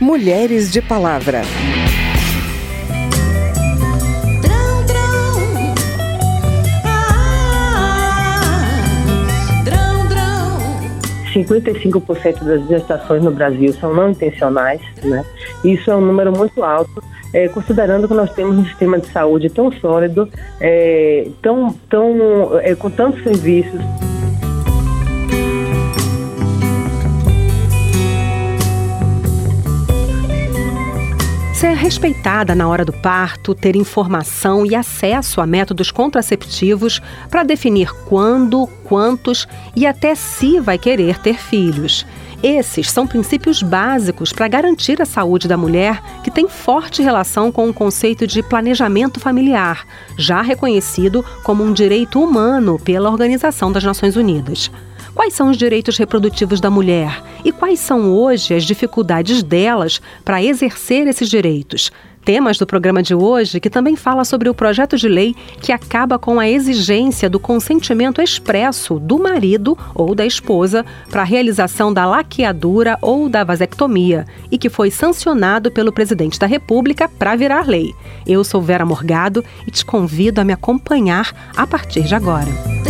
Mulheres de Palavra. 55% das gestações no Brasil são não intencionais, né? Isso é um número muito alto, considerando que nós temos um sistema de saúde tão sólido, com tantos serviços. Ser respeitada na hora do parto, ter informação e acesso a métodos contraceptivos para definir quando, quantos e até se vai querer ter filhos. Esses são princípios básicos para garantir a saúde da mulher, que tem forte relação com o conceito de planejamento familiar, já reconhecido como um direito humano pela Organização das Nações Unidas. Quais são os direitos reprodutivos da mulher e quais são hoje as dificuldades delas para exercer esses direitos? Temas do programa de hoje, que também fala sobre o projeto de lei que acaba com a exigência do consentimento expresso do marido ou da esposa para a realização da laqueadura ou da vasectomia e que foi sancionado pelo presidente da República para virar lei. Eu sou Vera Morgado e te convido a me acompanhar a partir de agora.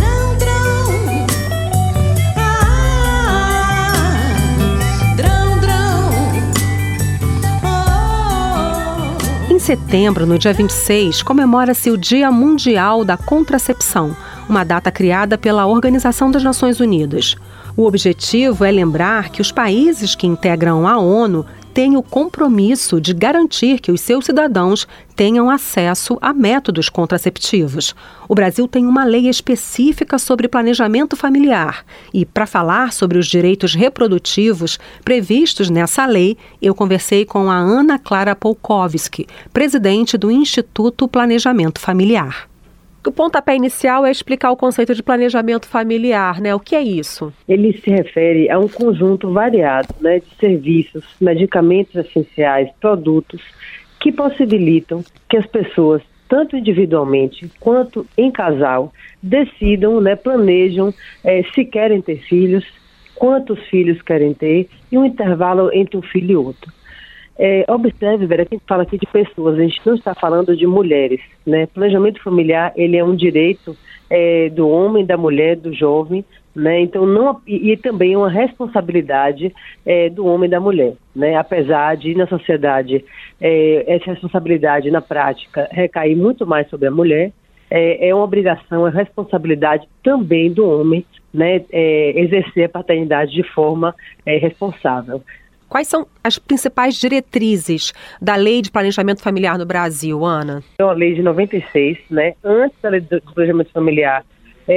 Em setembro, no dia 26, comemora-se o Dia Mundial da Contracepção, uma data criada pela Organização das Nações Unidas. O objetivo é lembrar que os países que integram a ONU têm o compromisso de garantir que os seus cidadãos tenham acesso a métodos contraceptivos. O Brasil tem uma lei específica sobre planejamento familiar e, para falar sobre os direitos reprodutivos previstos nessa lei, eu conversei com a Ana Clara Polkowski, presidente do Instituto Planejamento Familiar. O pontapé inicial é explicar o conceito de planejamento familiar, né? O que é isso? Ele se refere a um conjunto variado, né, de serviços, medicamentos essenciais, produtos que possibilitam que as pessoas, tanto individualmente quanto em casal, decidam, né, planejam se querem ter filhos, quantos filhos querem ter e um intervalo entre um filho e outro. Observe, Vera, que a gente fala aqui de pessoas, a gente não está falando de mulheres, né? Planejamento familiar, ele é um direito do homem, da mulher, do jovem, né? Então, e também uma responsabilidade do homem e da mulher, né? Apesar de, na sociedade, essa responsabilidade, na prática, recair muito mais sobre a mulher, é uma obrigação, é responsabilidade também do homem, né? Exercer a paternidade de forma responsável. Quais são as principais diretrizes da Lei de Planejamento Familiar no Brasil, Ana? É uma lei de 96, né? Antes da Lei do Planejamento Familiar,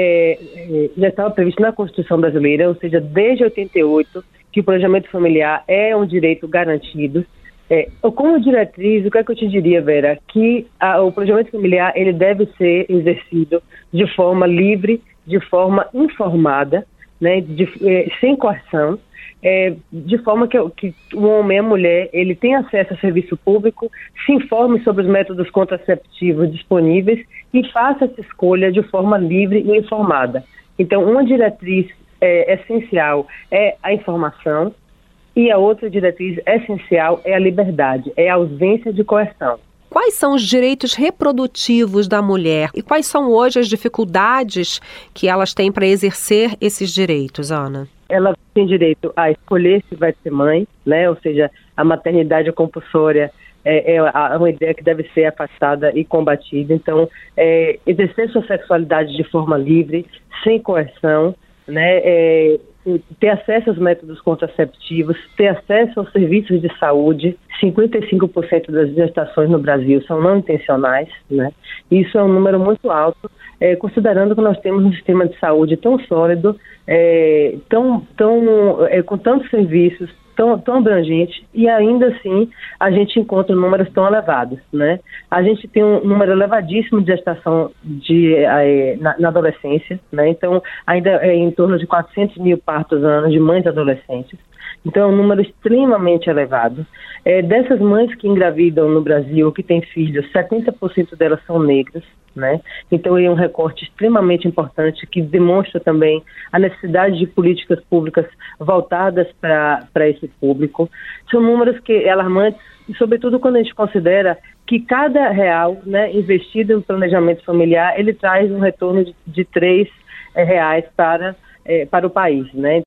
já estava previsto na Constituição Brasileira, ou seja, desde 88, que o planejamento familiar é um direito garantido. Como diretriz, o que é que eu te diria, Vera? Que o planejamento familiar ele deve ser exercido de forma livre, de forma informada, né? Sem coerção. De forma que o homem e a mulher ele tem acesso ao serviço público, se informe sobre os métodos contraceptivos disponíveis e faça essa escolha de forma livre e informada. Então, uma diretriz essencial é a informação e a outra diretriz essencial é a liberdade, é a ausência de coerção. Quais são os direitos reprodutivos da mulher e quais são hoje as dificuldades que elas têm para exercer esses direitos, Ana? Ela tem direito a escolher se vai ser mãe, né? Ou seja, a maternidade compulsória é uma ideia que deve ser afastada e combatida. Então, exercer sua sexualidade de forma livre, sem coerção, né? Ter acesso aos métodos contraceptivos, ter acesso aos serviços de saúde. 55% das gestações no Brasil são não intencionais, né? Isso é um número muito alto, considerando que nós temos um sistema de saúde tão sólido, com tantos serviços, tão abrangente, e ainda assim a gente encontra números tão elevados, né? A gente tem um número elevadíssimo de gestação na adolescência, né? Então ainda é em torno de 400 mil partos ano de mães adolescentes. Então é um número extremamente elevado. Dessas mães que engravidam no Brasil, que têm filhos, 70% delas são negras, né? Então, é um recorte extremamente importante que demonstra também a necessidade de políticas públicas voltadas para esse público. São números alarmantes, sobretudo quando a gente considera que cada real, né, investido em planejamento familiar, ele traz um retorno de R$3 para o país, né?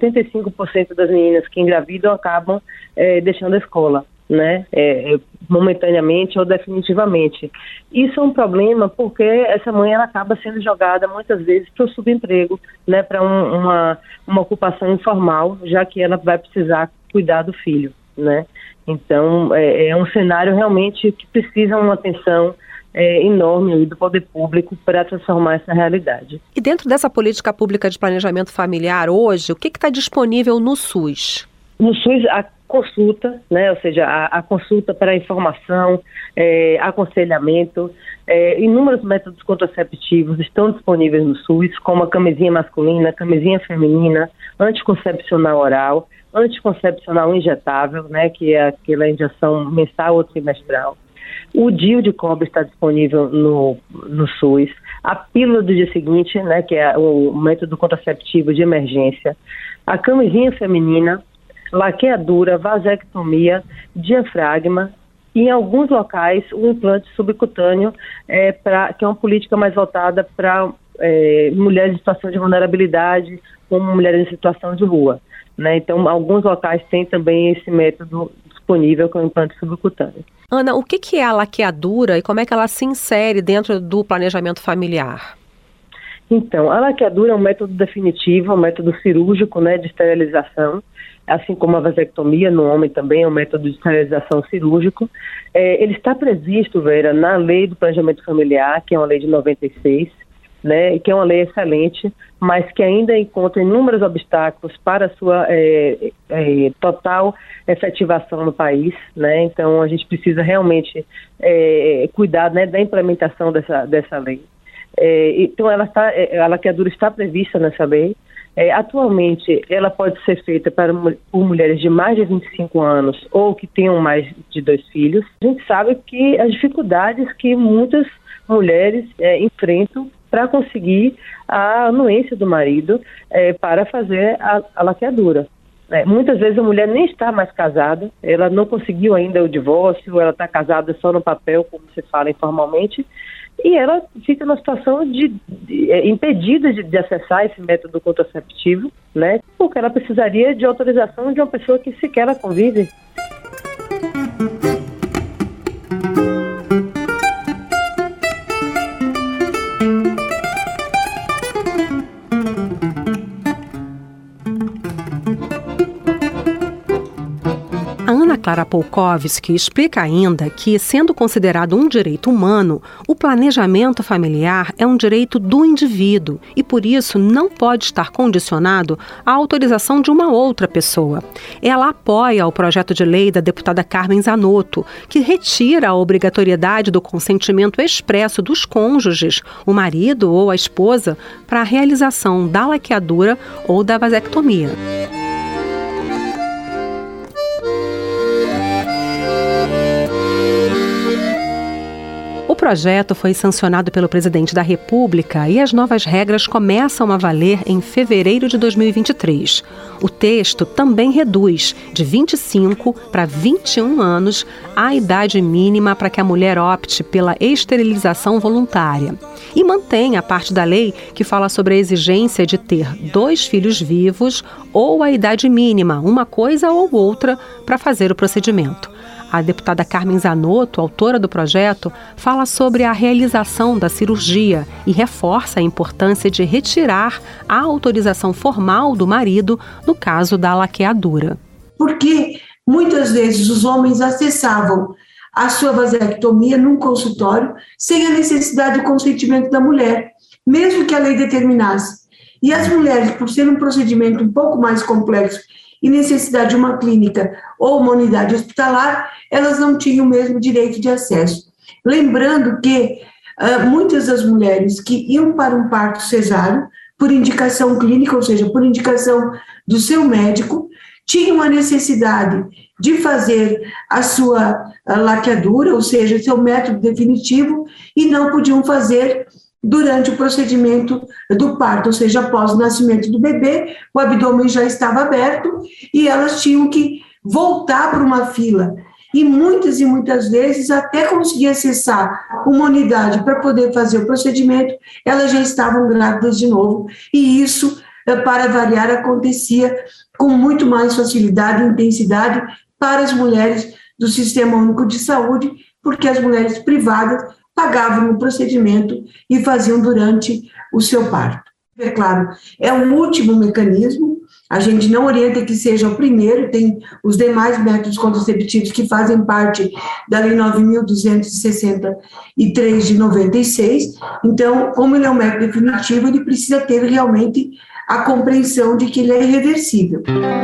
75% das meninas que engravidam acabam deixando a escola, né? Momentaneamente ou definitivamente. Isso é um problema porque essa mãe ela acaba sendo jogada muitas vezes para o subemprego, né? Para uma ocupação informal, já que ela vai precisar cuidar do filho, né? Então, é um cenário realmente que precisa uma atenção enorme do poder público para transformar essa realidade. E dentro dessa política pública de planejamento familiar hoje, o que está disponível no SUS? No SUS, a consulta, né, ou seja, a consulta para informação, aconselhamento, inúmeros métodos contraceptivos estão disponíveis no SUS, como a camisinha masculina, camisinha feminina, anticoncepcional oral, anticoncepcional injetável, né, que é aquela injeção mensal ou trimestral. O DIU de cobre está disponível no SUS. A pílula do dia seguinte, né, que é o método contraceptivo de emergência. A camisinha feminina, laqueadura, vasectomia, diafragma e, em alguns locais, o implante subcutâneo, que é uma política mais voltada para mulheres em situação de vulnerabilidade, como mulheres em situação de rua, né? Então, alguns locais têm também esse método disponível, que é o implante subcutâneo. Ana, o que é a laqueadura e como é que ela se insere dentro do planejamento familiar? Então, a laqueadura é um método definitivo, um método cirúrgico, né, de esterilização, assim como a vasectomia no homem também é um método de esterilização cirúrgico. Ele está previsto, Vera, na lei do planejamento familiar, que é uma lei de 96, né, que é uma lei excelente, mas que ainda encontra inúmeros obstáculos para a sua total efetivação no país, né? Então a gente precisa realmente cuidar, né, da implementação dessa lei. Então a laqueadura está prevista nessa lei. Atualmente ela pode ser feita por mulheres de mais de 25 anos ou que tenham mais de 2 filhos. A gente sabe que as dificuldades que muitas mulheres enfrentam para conseguir a anuência do marido para fazer a laqueadura. Muitas vezes a mulher nem está mais casada, ela não conseguiu ainda o divórcio, ela está casada só no papel, como se fala informalmente, e ela fica numa situação impedida de acessar esse método contraceptivo, né? Porque ela precisaria de autorização de uma pessoa que sequer ela convive. Ana Clara Polkowski explica ainda que, sendo considerado um direito humano, o planejamento familiar é um direito do indivíduo e, por isso, não pode estar condicionado à autorização de uma outra pessoa. Ela apoia o projeto de lei da deputada Carmen Zanotto, que retira a obrigatoriedade do consentimento expresso dos cônjuges, o marido ou a esposa, para a realização da laqueadura ou da vasectomia. O projeto foi sancionado pelo presidente da República e as novas regras começam a valer em fevereiro de 2023. O texto também reduz de 25 para 21 anos a idade mínima para que a mulher opte pela esterilização voluntária. E mantém a parte da lei que fala sobre a exigência de ter 2 filhos vivos ou a idade mínima, uma coisa ou outra, para fazer o procedimento. A deputada Carmen Zanotto, autora do projeto, fala sobre a realização da cirurgia e reforça a importância de retirar a autorização formal do marido no caso da laqueadura. Porque muitas vezes os homens acessavam a sua vasectomia num consultório sem a necessidade do consentimento da mulher, mesmo que a lei determinasse. E as mulheres, por ser um procedimento um pouco mais complexo e necessidade de uma clínica ou uma unidade hospitalar, elas não tinham o mesmo direito de acesso. Lembrando que muitas das mulheres que iam para um parto cesáreo, por indicação clínica, ou seja, por indicação do seu médico, tinham a necessidade de fazer a sua laqueadura, ou seja, seu método definitivo, e não podiam fazer durante o procedimento do parto, ou seja, após o nascimento do bebê, o abdômen já estava aberto e elas tinham que voltar para uma fila. E muitas vezes, até conseguir acessar uma unidade para poder fazer o procedimento, elas já estavam grávidas de novo. E isso, para variar, acontecia com muito mais facilidade e intensidade para as mulheres do Sistema Único de Saúde, porque as mulheres privadas pagavam o procedimento e faziam durante o seu parto. É claro, é o último mecanismo, a gente não orienta que seja o primeiro, tem os demais métodos contraceptivos que fazem parte da Lei 9.263 de 96, então, como ele é um método definitivo, ele precisa ter realmente a compreensão de que ele é irreversível.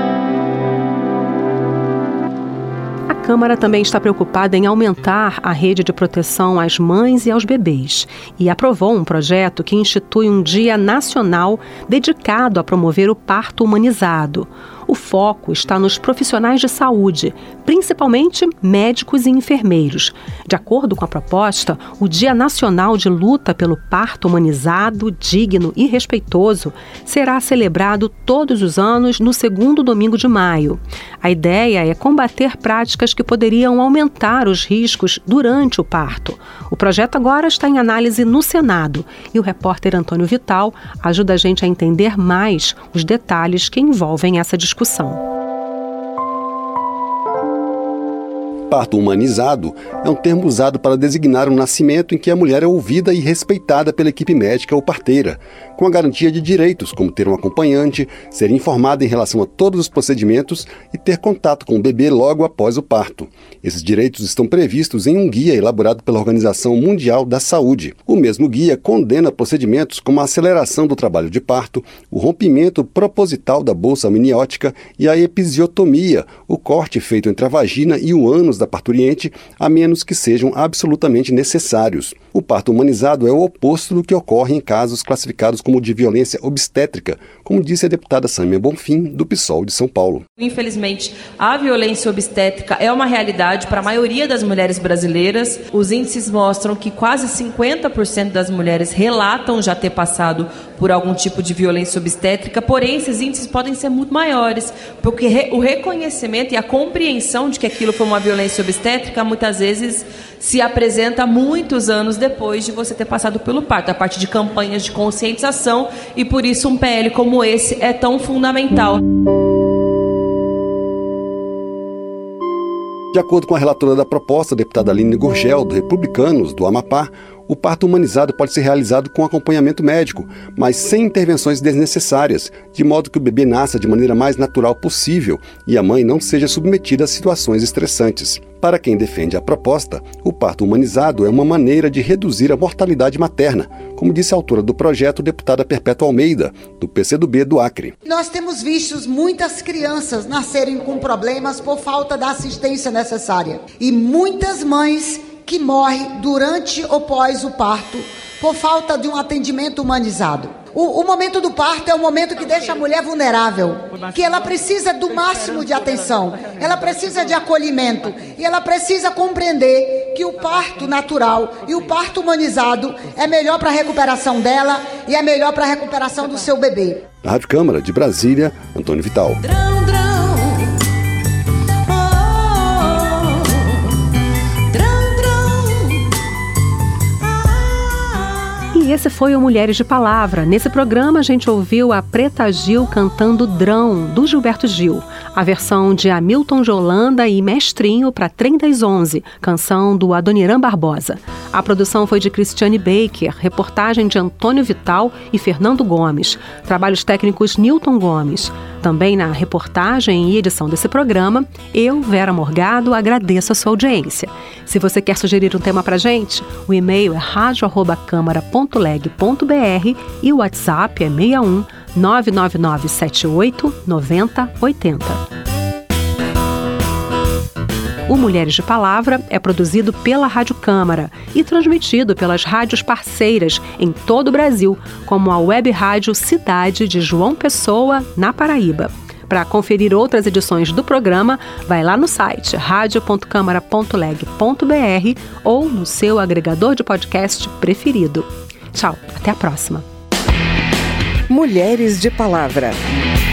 A Câmara também está preocupada em aumentar a rede de proteção às mães e aos bebês e aprovou um projeto que institui um Dia Nacional dedicado a promover o parto humanizado. O foco está nos profissionais de saúde, principalmente médicos e enfermeiros. De acordo com a proposta, o Dia Nacional de Luta pelo Parto Humanizado, Digno e Respeitoso será celebrado todos os anos no segundo domingo de maio. A ideia é combater práticas que poderiam aumentar os riscos durante o parto. O projeto agora está em análise no Senado e o repórter Antônio Vital ajuda a gente a entender mais os detalhes que envolvem essa discussão. Parto humanizado é um termo usado para designar um nascimento em que a mulher é ouvida e respeitada pela equipe médica ou parteira, com a garantia de direitos como ter um acompanhante, ser informada em relação a todos os procedimentos e ter contato com o bebê logo após o parto. Esses direitos estão previstos em um guia elaborado pela Organização Mundial da Saúde. O mesmo guia condena procedimentos como a aceleração do trabalho de parto, o rompimento proposital da bolsa amniótica e a episiotomia, o corte feito entre a vagina e o ânus da parturiente, a menos que sejam absolutamente necessários. O parto humanizado é o oposto do que ocorre em casos classificados como de violência obstétrica, como disse a deputada Sâmia Bonfim, do PSOL de São Paulo. Infelizmente, a violência obstétrica é uma realidade para a maioria das mulheres brasileiras. Os índices mostram que quase 50% das mulheres relatam já ter passado por algum tipo de violência obstétrica, porém esses índices podem ser muito maiores, porque o reconhecimento e a compreensão de que aquilo foi uma violência obstétrica muitas vezes se apresenta muitos anos depois de você ter passado pelo parto, a partir de campanhas de conscientização, e por isso um PL como esse é tão fundamental. De acordo com a relatora da proposta, a deputada Aline Gurgel, do Republicanos, do Amapá, o parto humanizado pode ser realizado com acompanhamento médico, mas sem intervenções desnecessárias, de modo que o bebê nasça de maneira mais natural possível e a mãe não seja submetida a situações estressantes. Para quem defende a proposta, o parto humanizado é uma maneira de reduzir a mortalidade materna, como disse a autora do projeto, deputada Perpétua Almeida, do PCdoB do Acre. Nós temos visto muitas crianças nascerem com problemas por falta da assistência necessária e muitas mães que morrem durante ou pós o parto por falta de um atendimento humanizado. O momento do parto é o momento que deixa a mulher vulnerável, que ela precisa do máximo de atenção, ela precisa de acolhimento e ela precisa compreender que o parto natural e o parto humanizado é melhor para a recuperação dela e é melhor para a recuperação do seu bebê. Da Rádio Câmara de Brasília, Antônio Vital. E esse foi o Mulheres de Palavra. Nesse programa a gente ouviu a Preta Gil cantando Drão, do Gilberto Gil. A versão de Hamilton de Holanda e Mestrinho para Trem das 11, canção do Adoniran Barbosa. A produção foi de Cristiane Baker, reportagem de Antônio Vital e Fernando Gomes. Trabalhos técnicos Nilton Gomes. Também na reportagem e edição desse programa, eu, Vera Morgado, agradeço a sua audiência. Se você quer sugerir um tema pra gente, o e-mail é radio@câmara.leg.br e o WhatsApp é 61 999 78 90 80. O Mulheres de Palavra é produzido pela Rádio Câmara e transmitido pelas rádios parceiras em todo o Brasil, como a Web Rádio Cidade de João Pessoa, na Paraíba. Para conferir outras edições do programa, vai lá no site radio.câmara.leg.br ou no seu agregador de podcast preferido. Tchau, até a próxima. Mulheres de Palavra.